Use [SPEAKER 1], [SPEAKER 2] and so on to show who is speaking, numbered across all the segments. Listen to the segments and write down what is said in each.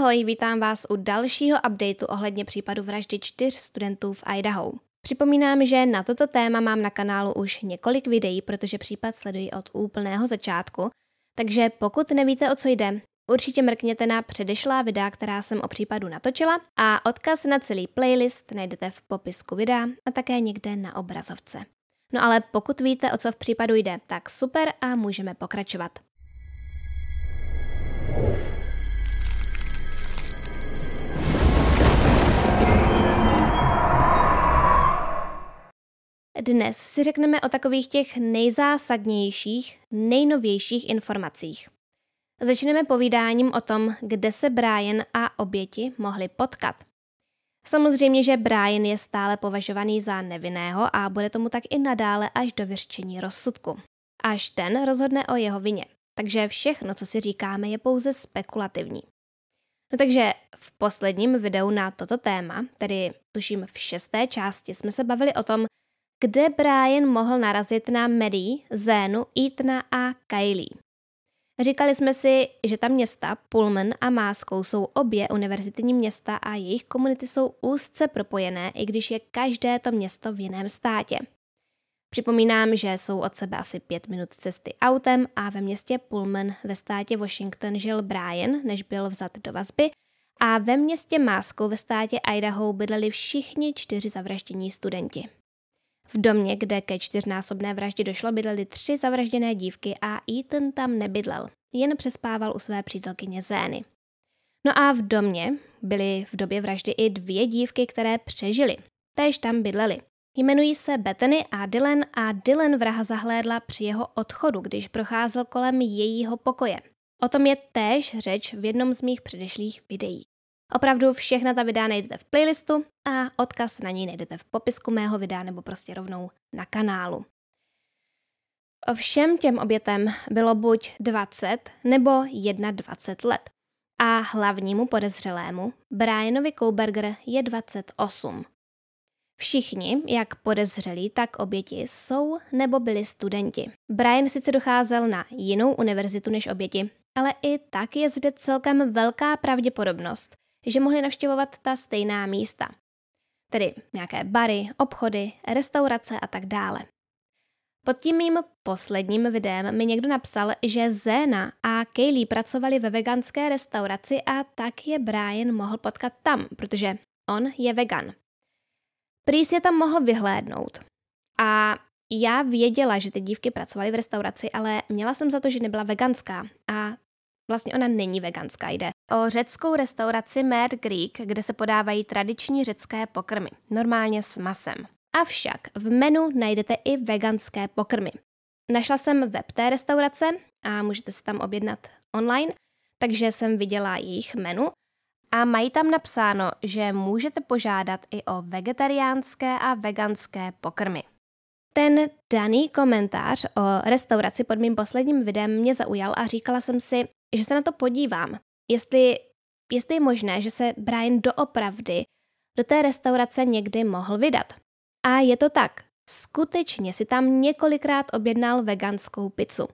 [SPEAKER 1] Ahoj, vítám vás u dalšího updateu ohledně případu vraždy 4 studentů v Idaho. Připomínám, že na toto téma mám na kanálu už několik videí, protože případ sleduji od úplného začátku, takže pokud nevíte, o co jde, určitě mrkněte na předešlá videa, která jsem o případu natočila a odkaz na celý playlist najdete v popisku videa a také někde na obrazovce. No ale pokud víte, o co v případu jde, tak super a můžeme pokračovat. Dnes si řekneme o takových těch nejzásadnějších, nejnovějších informacích. Začneme povídáním o tom, kde se Brian a oběti mohli potkat. Samozřejmě, že Brian je stále považovaný za nevinného a bude tomu tak i nadále až do vyřčení rozsudku. Až ten rozhodne o jeho vině. Takže všechno, co si říkáme, je pouze spekulativní. No takže v posledním videu na toto téma, tedy tuším v 6. části, jsme se bavili o tom, kde Brian mohl narazit na Maddie, Zénu, Ethana a Kylie. Říkali jsme si, že ta města Pullman a Moscow jsou obě univerzitní města a jejich komunity jsou úzce propojené, i když je každé to město v jiném státě. Připomínám, že jsou od sebe asi 5 minut cesty autem a ve městě Pullman ve státě Washington žil Brian, než byl vzat do vazby, a ve městě Moscow ve státě Idaho bydleli všichni 4 zavraždění studenti. V domě, kde ke 4násobné vraždě došlo, bydlely 3 zavražděné dívky a Ethan tam nebydlel, jen přespával u své přítelkyně Zény. No a v domě byly v době vraždy i 2 dívky, které přežily. Též tam bydlely. Jmenují se Bethany a Dylan vraha zahlédla při jeho odchodu, když procházel kolem jejího pokoje. O tom je též řeč v jednom z mých předešlých videí. Opravdu všechna ta videa najdete v playlistu a odkaz na ní najdete v popisku mého videa nebo prostě rovnou na kanálu. Všem těm obětem bylo buď 20 nebo 21 let a hlavnímu podezřelému, Brianovi Kohberger, je 28. Všichni, jak podezřelí, tak oběti, jsou nebo byli studenti. Brian sice docházel na jinou univerzitu než oběti, ale i tak je zde celkem velká pravděpodobnost, že mohli navštěvovat ta stejná místa. Tedy nějaké bary, obchody, restaurace a tak dále. Pod tím mým posledním videem mi někdo napsal, že Zéna a Kylie pracovali ve veganské restauraci a tak je Brian mohl potkat tam, protože on je vegan. Prý si je tam mohl vyhlédnout. A já věděla, že ty dívky pracovaly v restauraci, ale měla jsem za to, že nebyla veganská. A vlastně ona není veganská, jde o řeckou restauraci Mad Greek, kde se podávají tradiční řecké pokrmy, normálně s masem. Avšak v menu najdete i veganské pokrmy. Našla jsem web té restaurace a můžete si tam objednat online, takže jsem viděla jejich menu a mají tam napsáno, že můžete požádat i o vegetariánské a veganské pokrmy. Ten daný komentář o restauraci pod mým posledním videem mě zaujal a říkala jsem si, že se na to podívám, jestli je možné, že se Brian doopravdy do té restaurace někdy mohl vydat. A je to tak. Skutečně si tam několikrát objednal veganskou pizzu.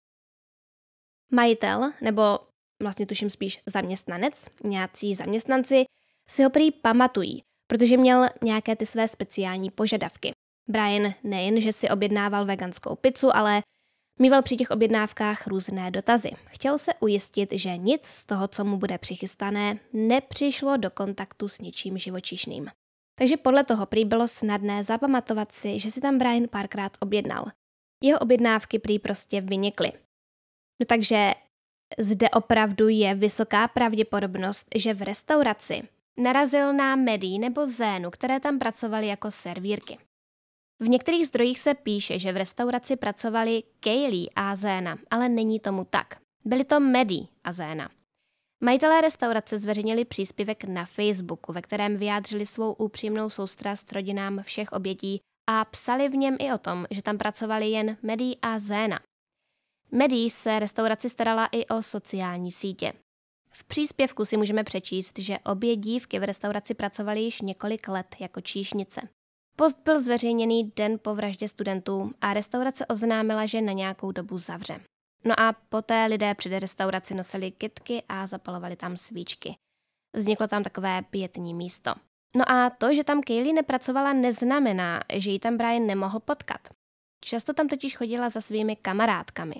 [SPEAKER 1] Majitel, nebo vlastně tuším spíš zaměstnanec, nějací zaměstnanci, si ho prý pamatují, protože měl nějaké ty své speciální požadavky. Brian nejen, že si objednával veganskou pizzu, ale mýval při těch objednávkách různé dotazy. Chtěl se ujistit, že nic z toho, co mu bude přichystané, nepřišlo do kontaktu s ničím živočišným. Takže podle toho prý bylo snadné zapamatovat si, že si tam Brian párkrát objednal. Jeho objednávky prý prostě vynikly. No takže zde opravdu je vysoká pravděpodobnost, že v restauraci narazil na Maddie nebo Zénu, které tam pracovaly jako servírky. V některých zdrojích se píše, že v restauraci pracovali Kylie a Zéna, ale není tomu tak. Byly to Maddie a Zéna. Majitelé restaurace zveřejnili příspěvek na Facebooku, ve kterém vyjádřili svou upřímnou soustrast rodinám všech obětí a psali v něm i o tom, že tam pracovali jen Maddie a Zéna. Maddie se restauraci starala i o sociální sítě. V příspěvku si můžeme přečíst, že obě dívky v restauraci pracovaly již několik let jako číšnice. Post byl zveřejněný den po vraždě studentů a restaurace oznámila, že na nějakou dobu zavře. No a poté lidé před restauraci nosili kytky a zapalovali tam svíčky. Vzniklo tam takové pietní místo. No a to, že tam Kaylee nepracovala, neznamená, že ji tam Brian nemohl potkat. Často tam totiž chodila za svými kamarádkami.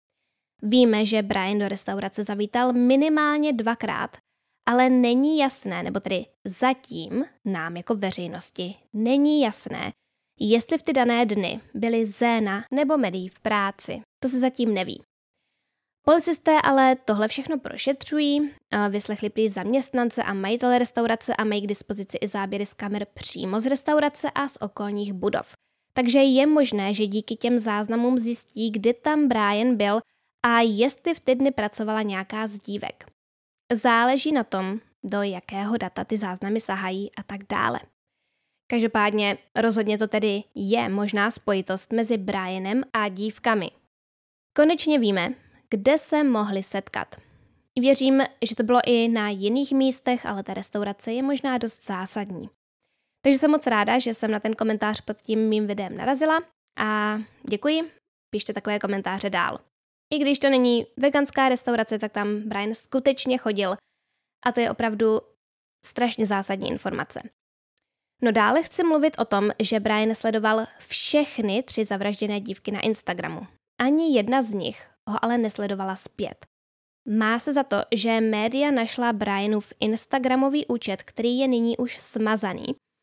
[SPEAKER 1] Víme, že Brian do restaurace zavítal minimálně 2krát, ale není jasné, nebo tedy zatím nám jako veřejnosti není jasné, jestli v ty dané dny byly Zéna nebo Maddie v práci. To se zatím neví. Policisté ale tohle všechno prošetřují, vyslechli prý zaměstnance a majitele restaurace a mají k dispozici i záběry z kamer přímo z restaurace a z okolních budov. Takže je možné, že díky těm záznamům zjistí, kdy tam Brian byl a jestli v ty dny pracovala nějaká z dívek. Záleží na tom, do jakého data ty záznamy sahají a tak dále. Každopádně rozhodně to tedy je možná spojitost mezi Brianem a dívkami. Konečně víme, kde se mohli setkat. Věřím, že to bylo i na jiných místech, ale ta restaurace je možná dost zásadní. Takže jsem moc ráda, že jsem na ten komentář pod tím mým videem narazila a děkuji, pište takové komentáře dál. I když to není veganská restaurace, tak tam Brian skutečně chodil a to je opravdu strašně zásadní informace. No dále chci mluvit o tom, že Brian sledoval všechny 3 zavražděné dívky na Instagramu. Ani jedna z nich ho ale nesledovala zpět. Má se za to, že média našla Brianův Instagramový účet, který je nyní už smazaný.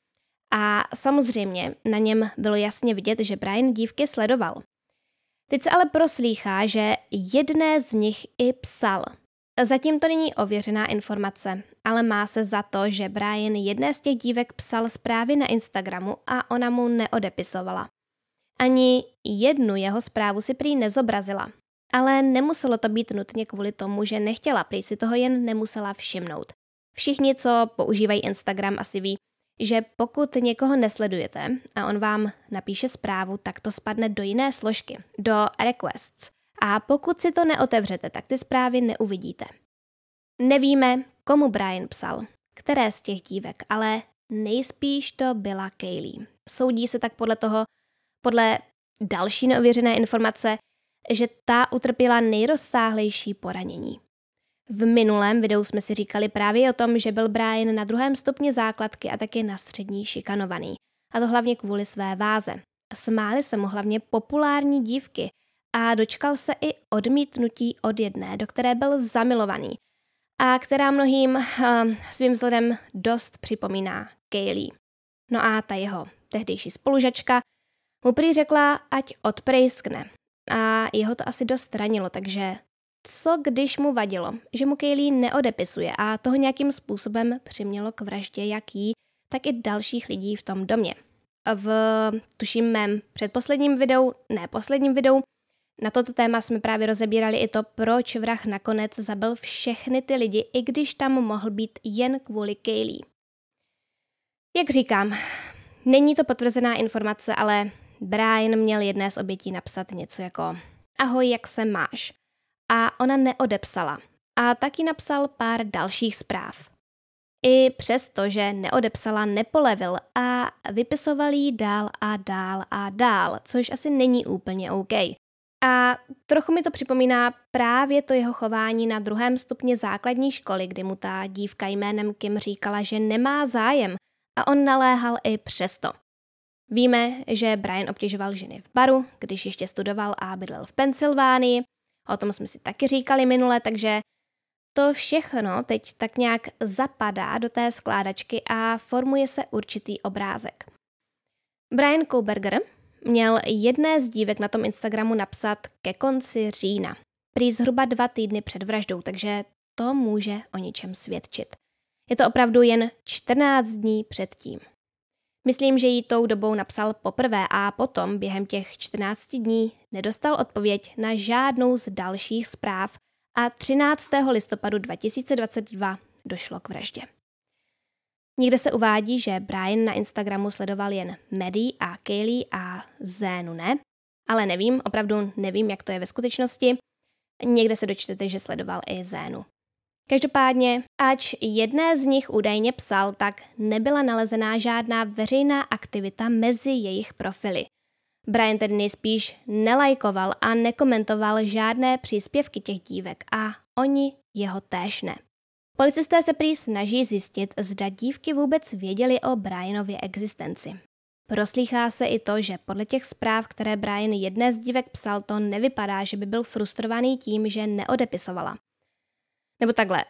[SPEAKER 1] A samozřejmě na něm bylo jasně vidět, že Brian dívky sledoval. Teď se ale proslýchá, že jedné z nich i psal. Zatím to není ověřená informace, ale má se za to, že Brian jedné z těch dívek psal zprávy na Instagramu a ona mu neodepisovala. Ani jednu jeho zprávu si prý nezobrazila. Ale nemuselo to být nutně kvůli tomu, že nechtěla, prý si toho jen nemusela všimnout. Všichni, co používají Instagram, asi ví, že pokud někoho nesledujete a on vám napíše zprávu, tak to spadne do jiné složky, do requests. A pokud si to neotevřete, tak ty zprávy neuvidíte. Nevíme, komu Brian psal, které z těch dívek, ale nejspíš to byla Kaylee. Soudí se tak podle další neověřené informace, že ta utrpěla nejrozsáhlejší poranění. V minulém videu jsme si říkali právě o tom, že byl Brian na 2. stupni základky a taky na střední šikanovaný. A to hlavně kvůli své váze. Smály se mu hlavně populární dívky a dočkal se i odmítnutí od jedné, do které byl zamilovaný a která mnohým svým vzhledem dost připomíná Kaylee. No a ta jeho tehdejší spolužačka mu prý řekla, ať odprejskne. A jeho to asi dost ranilo, takže co když mu vadilo, že mu Kaylee neodepisuje a toho nějakým způsobem přimělo k vraždě jak jí, tak i dalších lidí v tom domě. Tuším mém posledním videu, na toto téma jsme právě rozebírali i to, proč vrah nakonec zabil všechny ty lidi, i když tam mohl být jen kvůli Kaylee. Jak říkám, není to potvrzená informace, ale Brian měl jedné z obětí napsat něco jako ahoj, jak se máš? A ona neodepsala. A taky napsal pár dalších zpráv. I přesto, že neodepsala, nepolevil a vypisoval jí dál a dál a dál, což asi není úplně OK. A trochu mi to připomíná právě to jeho chování na 2. stupni základní školy, kdy mu ta dívka jménem Kim říkala, že nemá zájem a on naléhal i přesto. Víme, že Brian obtěžoval ženy v baru, když ještě studoval a bydlel v Pensylvánii. O tom jsme si taky říkali minule, takže to všechno teď tak nějak zapadá do té skládačky a formuje se určitý obrázek. Brian Kohberger měl jedné z dívek na tom Instagramu napsat ke konci října, prý zhruba 2 týdny před vraždou, takže to může o ničem svědčit. Je to opravdu jen 14 dní předtím. Myslím, že jí tou dobou napsal poprvé a potom během těch 14 dní nedostal odpověď na žádnou z dalších zpráv a 13. listopadu 2022 došlo k vraždě. Někde se uvádí, že Brian na Instagramu sledoval jen Maddie a Kaylee a Zénu ne, ale nevím, opravdu nevím, jak to je ve skutečnosti. Někde se dočtete, že sledoval i Zénu. Každopádně, ač jedné z nich údajně psal, tak nebyla nalezená žádná veřejná aktivita mezi jejich profily. Brian tedy nejspíš nelajkoval a nekomentoval žádné příspěvky těch dívek a oni jeho též ne. Policisté se prý snaží zjistit, zda dívky vůbec věděly o Brianově existenci. Proslýchá se i to, že podle těch zpráv, které Brian jedné z dívek psal, to nevypadá, že by byl frustrovaný tím, že neodepisovala. Nebo takhle,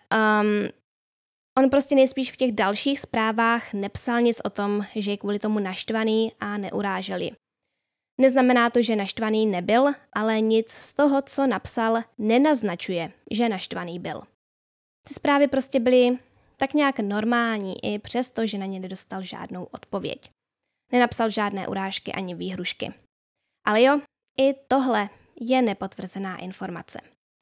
[SPEAKER 1] on prostě nejspíš v těch dalších zprávách nepsal nic o tom, že je kvůli tomu naštvaný a neurážel ji. Neznamená to, že naštvaný nebyl, ale nic z toho, co napsal, nenaznačuje, že naštvaný byl. Ty zprávy prostě byly tak nějak normální, i přesto, že na ně nedostal žádnou odpověď. Nenapsal žádné urážky ani výhrušky. Ale jo, i tohle je nepotvrzená informace.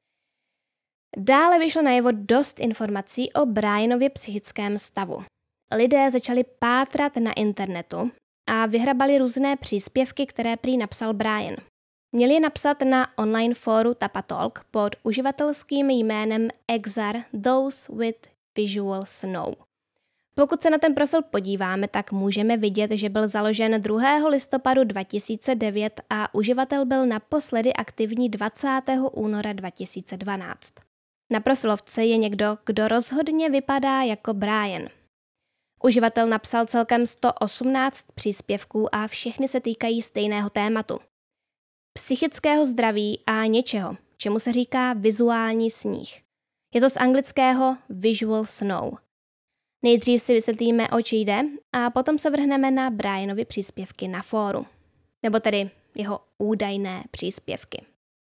[SPEAKER 1] Dále vyšlo najevo dost informací o Brianově psychickém stavu. Lidé začali pátrat na internetu a vyhrabali různé příspěvky, které prý napsal Brian. Měli je napsat na online fóru Tapatalk pod uživatelským jménem Exar Those with Visual Snow. Pokud se na ten profil podíváme, tak můžeme vidět, že byl založen 2. listopadu 2009 a uživatel byl naposledy aktivní 20. února 2012. Na profilovce je někdo, kdo rozhodně vypadá jako Brian. Uživatel napsal celkem 118 příspěvků a všechny se týkají stejného tématu. Psychického zdraví a něčeho, čemu se říká vizuální sníh. Je to z anglického visual snow. Nejdřív si vysvětlíme, oč jde, a potom se vrhneme na Brianovy příspěvky na fóru. Nebo tedy jeho údajné příspěvky.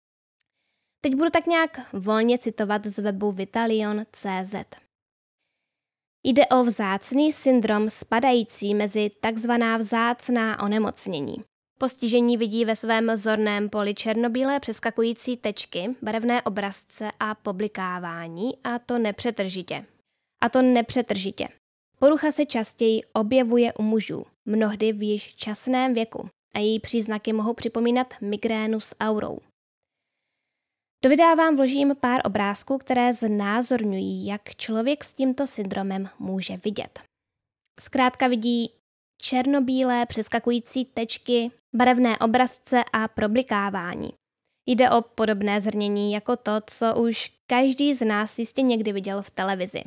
[SPEAKER 1] Teď budu tak nějak volně citovat z webu Vitalion.cz. Jde o vzácný syndrom spadající mezi takzvaná vzácná onemocnění. Postižení vidí ve svém zorném poli černobílé přeskakující tečky, barevné obrazce a poblikávání, a to nepřetržitě. Porucha se častěji objevuje u mužů, mnohdy v již časném věku, a její příznaky mohou připomínat migrénu s aurou. Do videa vám vložím pár obrázků, které znázorňují, jak člověk s tímto syndromem může vidět. Zkrátka vidí černobílé přeskakující tečky, barevné obrazce a problikávání. Jde o podobné zrnění jako to, co už každý z nás jistě někdy viděl v televizi.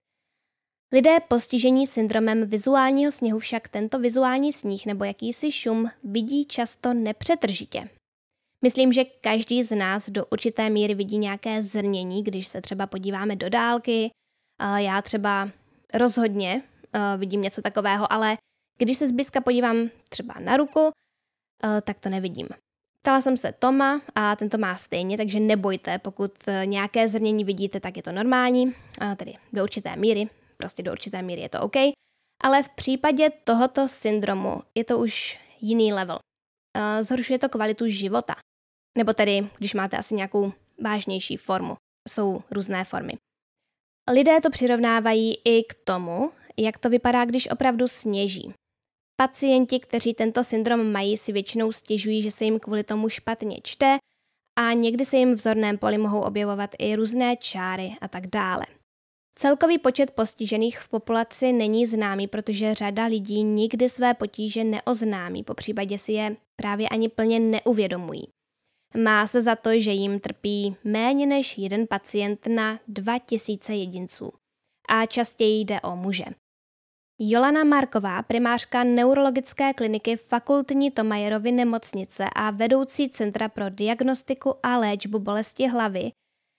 [SPEAKER 1] Lidé postižení syndromem vizuálního sněhu však tento vizuální sníh nebo jakýsi šum vidí často nepřetržitě. Myslím, že každý z nás do určité míry vidí nějaké zrnění, když se třeba podíváme do dálky. Já třeba rozhodně vidím něco takového, ale když se zblízka podívám třeba na ruku, tak to nevidím. Ptala jsem se Toma a ten to má stejně, takže nebojte, pokud nějaké zrnění vidíte, tak je to normální, tedy do určité míry, prostě do určité míry je to OK, ale v případě tohoto syndromu je to už jiný level. Zhoršuje to kvalitu života, nebo tedy, když máte asi nějakou vážnější formu, jsou různé formy. Lidé to přirovnávají i k tomu, jak to vypadá, když opravdu sněží. Pacienti, kteří tento syndrom mají, si většinou stěžují, že se jim kvůli tomu špatně čte a někdy se jim v zorném poli mohou objevovat i různé čáry a tak dále. Celkový počet postižených v populaci není známý, protože řada lidí nikdy své potíže neoznámí, popřípadě si je právě ani plně neuvědomují. Má se za to, že jim trpí méně než jeden pacient na 2000 jedinců a častěji jde o muže. Jolana Marková, primářka neurologické kliniky Fakultní Thomayerovy nemocnice a vedoucí Centra pro diagnostiku a léčbu bolesti hlavy,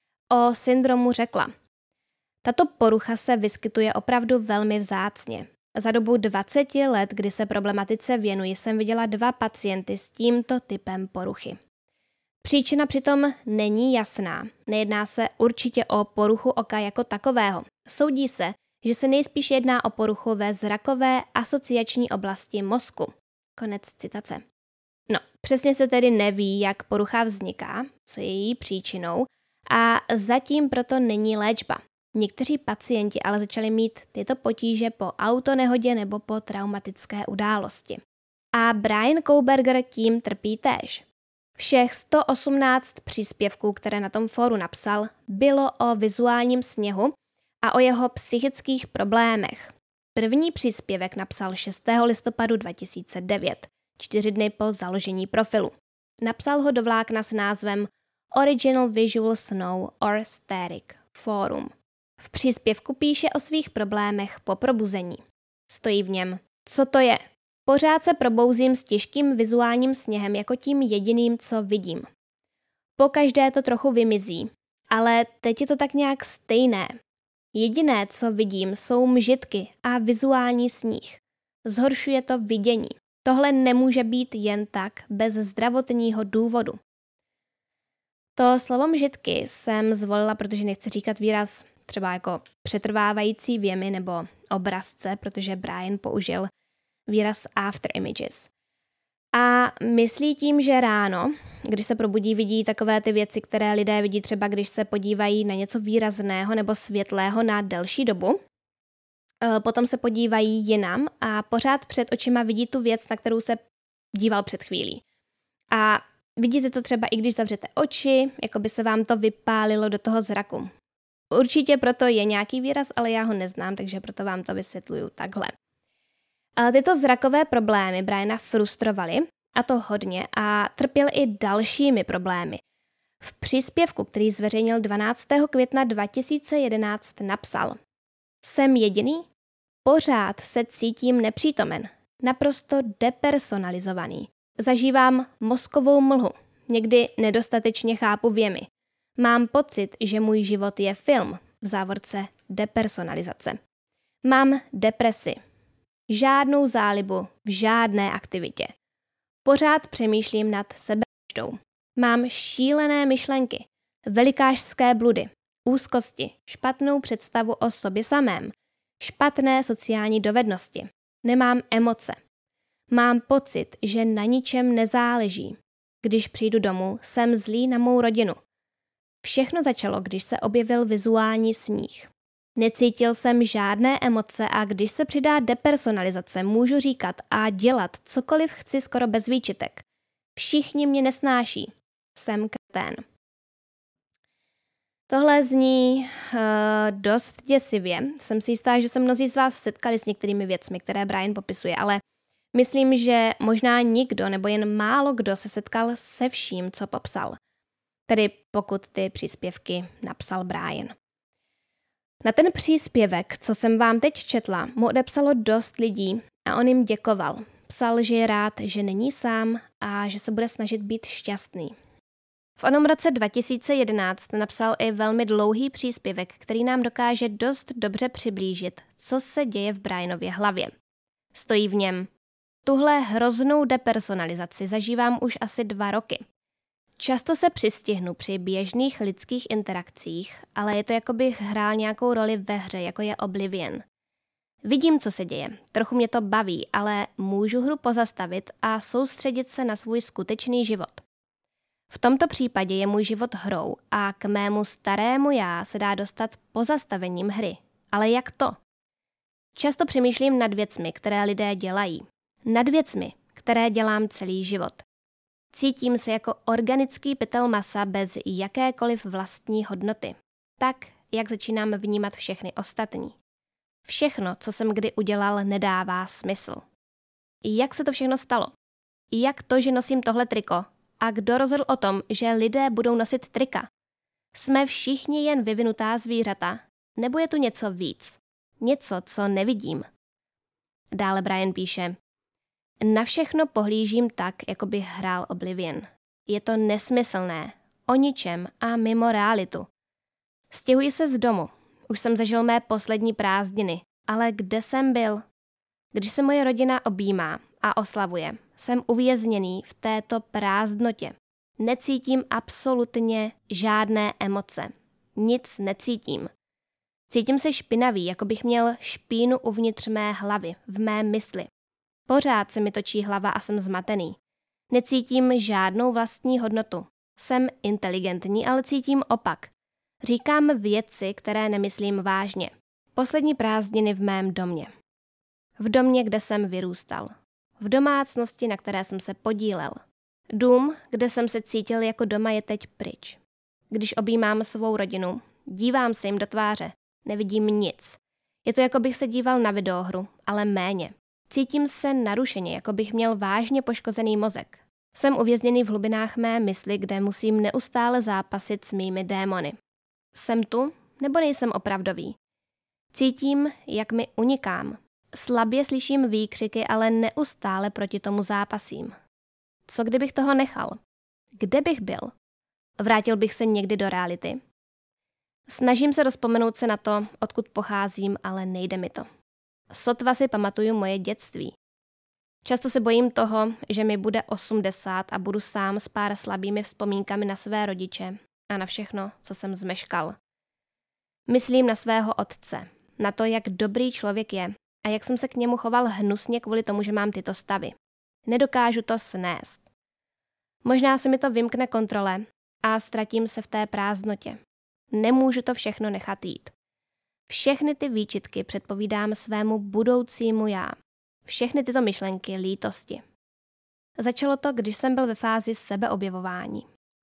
[SPEAKER 1] o syndromu řekla: tato porucha se vyskytuje opravdu velmi vzácně. Za dobu 20 let, kdy se problematice věnuji, jsem viděla 2 pacienty s tímto typem poruchy. Příčina přitom není jasná. Nejedná se určitě o poruchu oka jako takového. Soudí se, že se nejspíš jedná o poruchu ve zrakové asociační oblasti mozku. Konec citace. No, přesně se tedy neví, jak porucha vzniká, co je její příčinou, a zatím proto není léčba. Někteří pacienti ale začali mít tyto potíže po autonehodě nebo po traumatické události. A Brian Kohberger tím trpí též. Všech 118 příspěvků, které na tom fóru napsal, bylo o vizuálním sněhu a o jeho psychických problémech. První příspěvek napsal 6. listopadu 2009, 4 dny po založení profilu. Napsal ho do vlákna s názvem Original Visual Snow or Static Forum. V příspěvku píše o svých problémech po probuzení. Stojí v něm: co to je? Pořád se probouzím s těžkým vizuálním sněhem jako tím jediným, co vidím. Pokaždé to trochu vymizí, ale teď je to tak nějak stejné. Jediné, co vidím, jsou mžitky a vizuální sníh. Zhoršuje to vidění. Tohle nemůže být jen tak, bez zdravotního důvodu. To slovo mžitky jsem zvolila, protože nechci říkat výraz třeba jako přetrvávající věmy nebo obrazce, protože Brian použil výraz after images. A myslí tím, že ráno, když se probudí, vidí takové ty věci, které lidé vidí třeba, když se podívají na něco výrazného nebo světlého na delší dobu. Potom se podívají jinam a pořád před očima vidí tu věc, na kterou se díval před chvílí. A vidíte to třeba i když zavřete oči, jako by se vám to vypálilo do toho zraku. Určitě proto je nějaký výraz, ale já ho neznám, takže proto vám to vysvětluju takhle. Ale tyto zrakové problémy Briana frustrovaly, a to hodně, a trpěl i dalšími problémy. V příspěvku, který zveřejnil 12. května 2011, napsal: jsem jediný? Pořád se cítím nepřítomen, naprosto depersonalizovaný. Zažívám mozkovou mlhu, někdy nedostatečně chápu věmy. Mám pocit, že můj život je film, v závorce depersonalizace. Mám depresi. Žádnou zálibu v žádné aktivitě. Pořád přemýšlím nad sebevraždou. Mám šílené myšlenky, velikášské bludy, úzkosti, špatnou představu o sobě samém, špatné sociální dovednosti. Nemám emoce. Mám pocit, že na ničem nezáleží. Když přijdu domů, jsem zlý na mou rodinu. Všechno začalo, když se objevil vizuální sníh. Necítil jsem žádné emoce a když se přidá depersonalizace, můžu říkat a dělat cokoliv chci skoro bez výčitek. Všichni mě nesnáší. Jsem kretén. Tohle zní dost děsivě. Jsem si jistá, že se mnozí z vás setkali s některými věcmi, které Brian popisuje, ale myslím, že možná nikdo nebo jen málo kdo se setkal se vším, co popsal. Tedy pokud ty příspěvky napsal Brian. Na ten příspěvek, co jsem vám teď četla, mu odepsalo dost lidí a on jim děkoval. Psal, že je rád, že není sám a že se bude snažit být šťastný. V onom roce 2011 napsal i velmi dlouhý příspěvek, který nám dokáže dost dobře přiblížit, co se děje v Brianově hlavě. Stojí v něm: tuhle hroznou depersonalizaci zažívám už asi 2 roky. Často se přistihnu při běžných lidských interakcích, ale je to, jako bych hrál nějakou roli ve hře, jako je Oblivion. Vidím, co se děje, trochu mě to baví, ale můžu hru pozastavit a soustředit se na svůj skutečný život. V tomto případě je můj život hrou a k mému starému já se dá dostat pozastavením hry. Ale jak to? Často přemýšlím nad věcmi, které lidé dělají. Nad věcmi, které dělám celý život. Cítím se jako organický pytel masa bez jakékoliv vlastní hodnoty. Tak, jak začínám vnímat všechny ostatní. Všechno, co jsem kdy udělal, nedává smysl. Jak se to všechno stalo? Jak to, že nosím tohle triko? A kdo rozhodl o tom, že lidé budou nosit trika? Jsme všichni jen vyvinutá zvířata? Nebo je tu něco víc? Něco, co nevidím? Dále Brian píše: na všechno pohlížím tak, jako bych hrál Oblivion. Je to nesmyslné, o ničem a mimo realitu. Stěhuji se z domu. Už jsem zažil mé poslední prázdniny, ale kde jsem byl? Když se moje rodina objímá a oslavuje, jsem uvězněný v této prázdnotě. Necítím absolutně žádné emoce. Nic necítím. Cítím se špinavý, jako bych měl špínu uvnitř mé hlavy, v mé mysli. Pořád se mi točí hlava a jsem zmatený. Necítím žádnou vlastní hodnotu. Jsem inteligentní, ale cítím opak. Říkám věci, které nemyslím vážně. Poslední prázdniny v mém domě. V domě, kde jsem vyrůstal. V domácnosti, na které jsem se podílel. Dům, kde jsem se cítil jako doma, je teď pryč. Když objímám svou rodinu, dívám se jim do tváře. Nevidím nic. Je to, jako bych se díval na videohru, ale méně. Cítím se narušeně, jako bych měl vážně poškozený mozek. Jsem uvězněný v hlubinách mé mysli, kde musím neustále zápasit s mými démony. Jsem tu, nebo nejsem opravdový? Cítím, jak mi unikám. Slabě slyším výkřiky, ale neustále proti tomu zápasím. Co kdybych toho nechal? Kde bych byl? Vrátil bych se někdy do reality? Snažím se rozpomenout se na to, odkud pocházím, ale nejde mi to. Sotva si pamatuju moje dětství. Často se bojím toho, že mi bude 80 a budu sám s pár slabými vzpomínkami na své rodiče a na všechno, co jsem zmeškal. Myslím na svého otce, na to, jak dobrý člověk je a jak jsem se k němu choval hnusně kvůli tomu, že mám tyto stavy. Nedokážu to snést. Možná se mi to vymkne kontrole a ztratím se v té prázdnotě. Nemůžu to všechno nechat jít. Všechny ty výčitky předpovídám svému budoucímu já. Všechny tyto myšlenky lítosti. Začalo to, když jsem byl ve fázi sebeobjevování.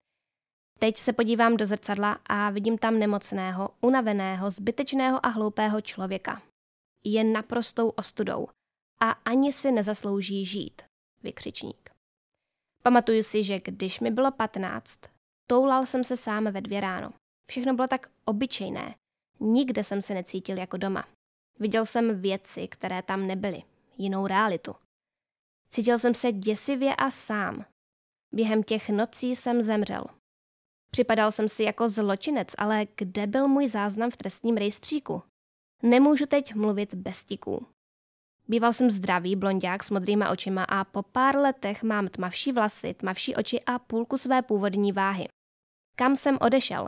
[SPEAKER 1] Teď se podívám do zrcadla a vidím tam nemocného, unaveného, zbytečného a hloupého člověka. Je naprostou ostudou a ani si nezaslouží žít, vykřičník. Pamatuju si, že když mi bylo 15, toulal jsem se sám ve 2 ráno. Všechno bylo tak obyčejné. Nikde jsem se necítil jako doma. Viděl jsem věci, které tam nebyly. Jinou realitu. Cítil jsem se děsivě a sám. Během těch nocí jsem zemřel. Připadal jsem si jako zločinec, ale kde byl můj záznam v trestním rejstříku? Nemůžu teď mluvit bez tiků. Býval jsem zdravý blonďák s modrýma očima a po pár letech mám tmavší vlasy, tmavší oči a půlku své původní váhy. Kam jsem odešel?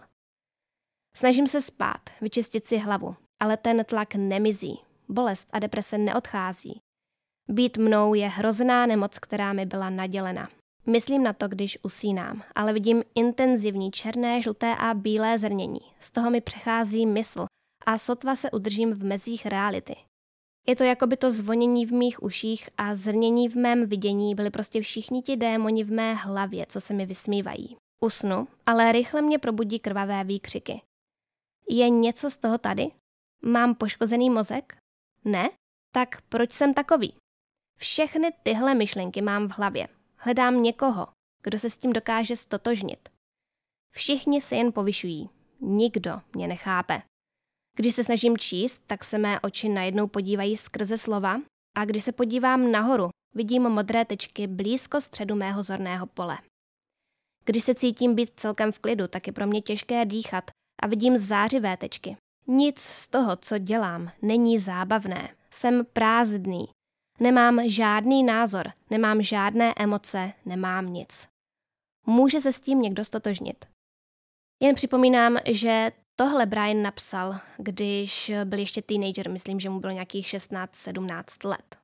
[SPEAKER 1] Snažím se spát, vyčistit si hlavu, ale ten tlak nemizí. Bolest a deprese neodchází. Být mnou je hrozná nemoc, která mi byla nadělena. Myslím na to, když usínám, ale vidím intenzivní černé, žluté a bílé zrnění. Z toho mi přechází mysl a sotva se udržím v mezích reality. Je to jako by to zvonění v mých uších a zrnění v mém vidění byly prostě všichni ti démoni v mé hlavě, co se mi vysmívají. Usnu, ale rychle mě probudí krvavé výkřiky. Je něco z toho tady? Mám poškozený mozek? Ne? Tak proč jsem takový? Všechny tyhle myšlenky mám v hlavě. Hledám někoho, kdo se s tím dokáže stotožnit. Všichni se jen povyšují. Nikdo mě nechápe. Když se snažím číst, tak se mé oči najednou podívají skrze slova a když se podívám nahoru, vidím modré tečky blízko středu mého zorného pole. Když se cítím být celkem v klidu, tak je pro mě těžké dýchat a vidím zářivé tečky. Nic z toho, co dělám, není zábavné. Jsem prázdný. Nemám žádný názor, nemám žádné emoce, nemám nic. Může se s tím někdo stotožnit. Jen připomínám, že tohle Brian napsal, když byl ještě teenager, myslím, že mu bylo nějakých 16-17 let.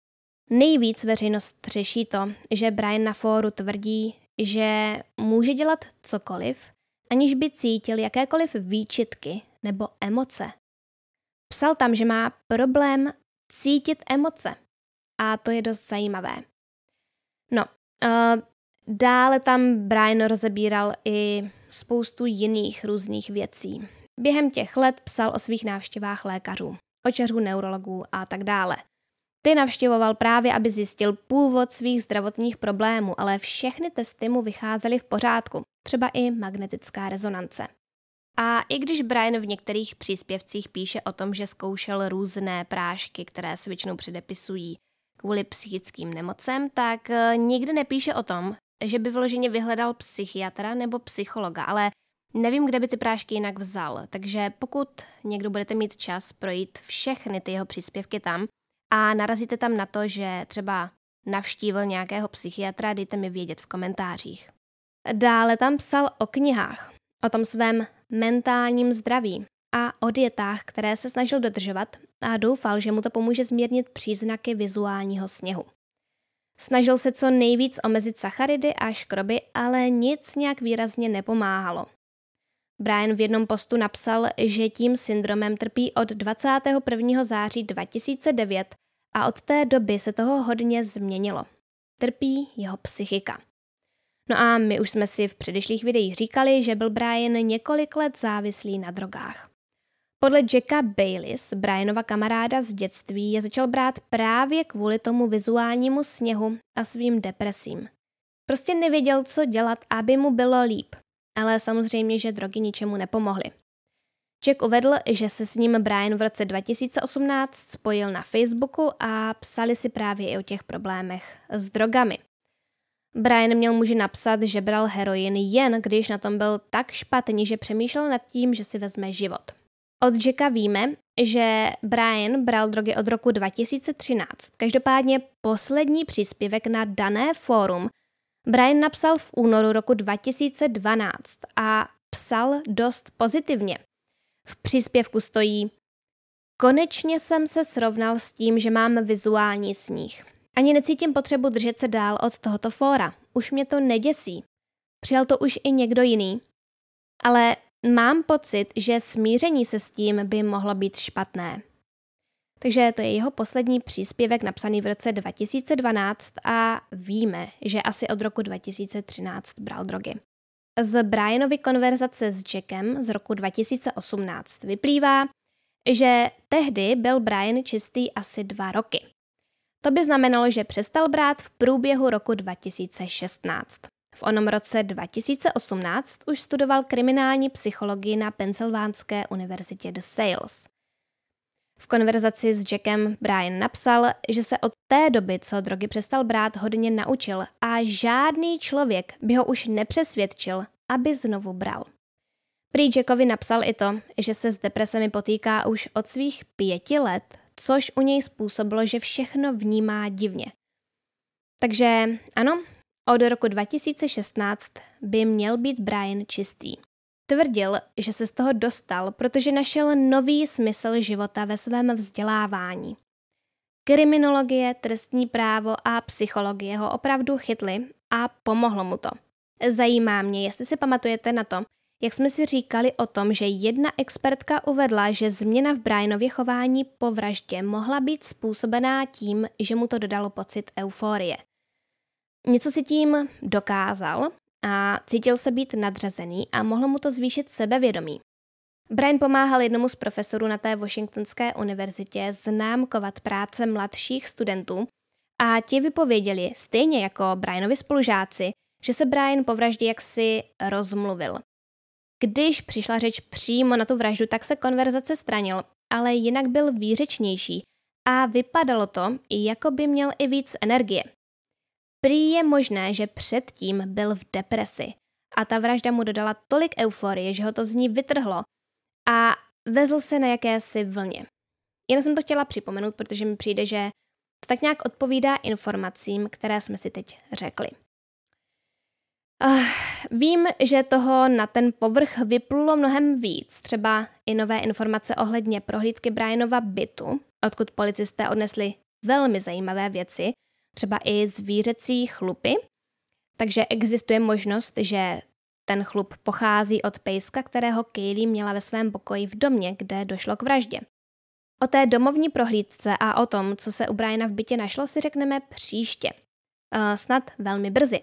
[SPEAKER 1] Nejvíc veřejnost řeší to, že Brian na fóru tvrdí, že může dělat cokoliv, aniž by cítil jakékoliv výčitky nebo emoce. Psal tam, že má problém cítit emoce. A to je dost zajímavé. No, dále tam Brian rozebíral i spoustu jiných různých věcí. Během těch let psal o svých návštěvách lékařů, očařů, neurologů a tak dále. Ty navštěvoval právě, aby zjistil původ svých zdravotních problémů, ale všechny testy mu vycházely v pořádku, třeba i magnetická rezonance. A i když Brian v některých příspěvcích píše o tom, že zkoušel různé prášky, které se většinou předepisují kvůli psychickým nemocem, tak nikdy nepíše o tom, že by vyloženě vyhledal psychiatra nebo psychologa, ale nevím, kde by ty prášky jinak vzal. Takže pokud někdo budete mít čas projít všechny ty jeho příspěvky tam a narazíte tam na to, že třeba navštívil nějakého psychiatra, dejte mi vědět v komentářích. Dále tam psal o knihách, o tom svém mentálním zdraví a o dietách, které se snažil dodržovat a doufal, že mu to pomůže zmírnit příznaky vizuálního sněhu. Snažil se co nejvíc omezit sacharidy a škroby, ale nic nějak výrazně nepomáhalo. Brian v jednom postu napsal, že tím syndromem trpí od 21. září 2009 a od té doby se toho hodně změnilo. Trpí jeho psychika. No a my už jsme si v předešlých videích říkali, že byl Brian několik let závislý na drogách. Podle Jacka Bayliss, Brianova kamaráda z dětství, je začal brát právě kvůli tomu vizuálnímu sněhu a svým depresím. Prostě nevěděl, co dělat, aby mu bylo líp, ale samozřejmě, že drogy ničemu nepomohly. Jack uvedl, že se s ním Brian v roce 2018 spojil na Facebooku a psali si právě i o těch problémech s drogami. Brian měl muži napsat, že bral heroin jen když na tom byl tak špatný, že přemýšlel nad tím, že si vezme život. Od Jacka víme, že Brian bral drogy od roku 2013. Každopádně poslední příspěvek na dané fórum Brian napsal v únoru roku 2012 a psal dost pozitivně. V příspěvku stojí: konečně jsem se srovnal s tím, že mám vizuální sníh. Ani necítím potřebu držet se dál od tohoto fóra. Už mě to neděsí. Přijal to už i někdo jiný. Ale mám pocit, že smíření se s tím by mohlo být špatné. Takže to je jeho poslední příspěvek napsaný v roce 2012 a víme, že asi od roku 2013 bral drogy. Z Brianovy konverzace s Jackem z roku 2018 vyplývá, že tehdy byl Brian čistý asi 2 roky. To by znamenalo, že přestal brát v průběhu roku 2016. V onom roce 2018 už studoval kriminální psychologii na Pensylvánské univerzitě The Sales. V konverzaci s Jackem Brian napsal, že se od té doby, co drogy přestal brát, hodně naučil a žádný člověk by ho už nepřesvědčil, aby znovu bral. Prý Jackovi napsal i to, že se s depresemi potýká už od svých 5 let, což u něj způsobilo, že všechno vnímá divně. Takže ano, od roku 2016 by měl být Brian čistý. Tvrdil, že se z toho dostal, protože našel nový smysl života ve svém vzdělávání. Kriminologie, trestní právo a psychologie ho opravdu chytly a pomohlo mu to. Zajímá mě, jestli si pamatujete na to, jak jsme si říkali o tom, že jedna expertka uvedla, že změna v Brianově chování po vraždě mohla být způsobená tím, že mu to dodalo pocit euforie. Něco si tím dokázal a cítil se být nadřazený a mohlo mu to zvýšit sebevědomí. Brian pomáhal jednomu z profesorů na té Washingtonské univerzitě známkovat práce mladších studentů a ti vypověděli, stejně jako Brianovi spolužáci, že se Brian po vraždě jaksi rozmluvil. Když přišla řeč přímo na tu vraždu, tak se konverzace stranil, ale jinak byl výřečnější a vypadalo to, jako by měl i víc energie. Prý je možné, že předtím byl v depresi a ta vražda mu dodala tolik euforie, že ho to z ní vytrhlo a vezl se na jakési vlně. Jen jsem to chtěla připomenout, protože mi přijde, že to tak nějak odpovídá informacím, které jsme si teď řekli. Vím, že toho na ten povrch vyplulo mnohem víc, třeba i nové informace ohledně prohlídky Brianova bytu, odkud policisté odnesli velmi zajímavé věci, třeba i zvířecí chlupy, takže existuje možnost, že ten chlup pochází od pejska, kterého Kaylee měla ve svém pokoji v domě, kde došlo k vraždě. O té domovní prohlídce a o tom, co se u Briana v bytě našlo, si řekneme příště. Snad velmi brzy.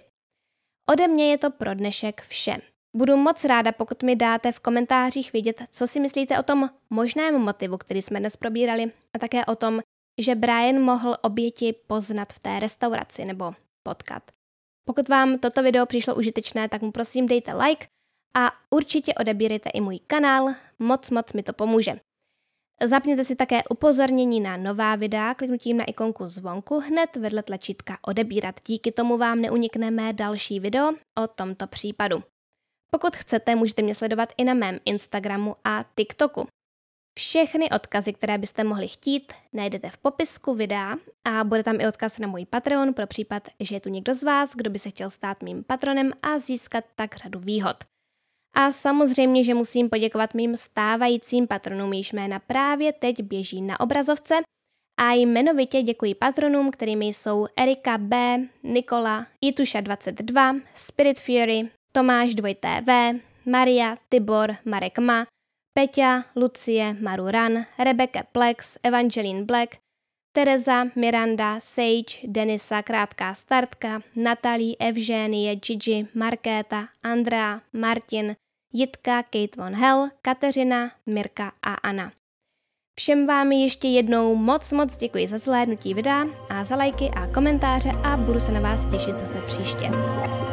[SPEAKER 1] Ode mě je to pro dnešek vše. Budu moc ráda, pokud mi dáte v komentářích vědět, co si myslíte o tom možném motivu, který jsme dnes probírali, a také o tom, že Brian mohl oběti poznat v té restauraci nebo potkat. Pokud vám toto video přišlo užitečné, tak mu prosím dejte like a určitě odebírejte i můj kanál, moc mi to pomůže. Zapněte si také upozornění na nová videa kliknutím na ikonku zvonku hned vedle tlačítka odebírat. Díky tomu vám neunikne mé další video o tomto případu. Pokud chcete, můžete mě sledovat i na mém Instagramu a TikToku. Všechny odkazy, které byste mohli chtít, najdete v popisku videa a bude tam i odkaz na můj Patreon pro případ, že je tu někdo z vás, kdo by se chtěl stát mým patronem a získat tak řadu výhod. A samozřejmě, že musím poděkovat mým stávajícím patronům, jejichž jména právě teď běží na obrazovce a jmenovitě děkuji patronům, kterými jsou Erika B, Nikola, Jituša 22, Spirit Fury, Tomáš 2TV, Maria, Tibor, Marek Ma, Peťa, Lucie, Maruran, Rebecca Plex, Evangeline Black, Tereza, Miranda, Sage, Denisa, Krátká startka, Natalie, Evženie, Gigi, Markéta, Andrea, Martin, Jitka, Kate von Hell, Kateřina, Mirka a Anna. Všem vám ještě jednou moc děkuji za zhlédnutí videa a za lajky a komentáře a budu se na vás těšit zase příště.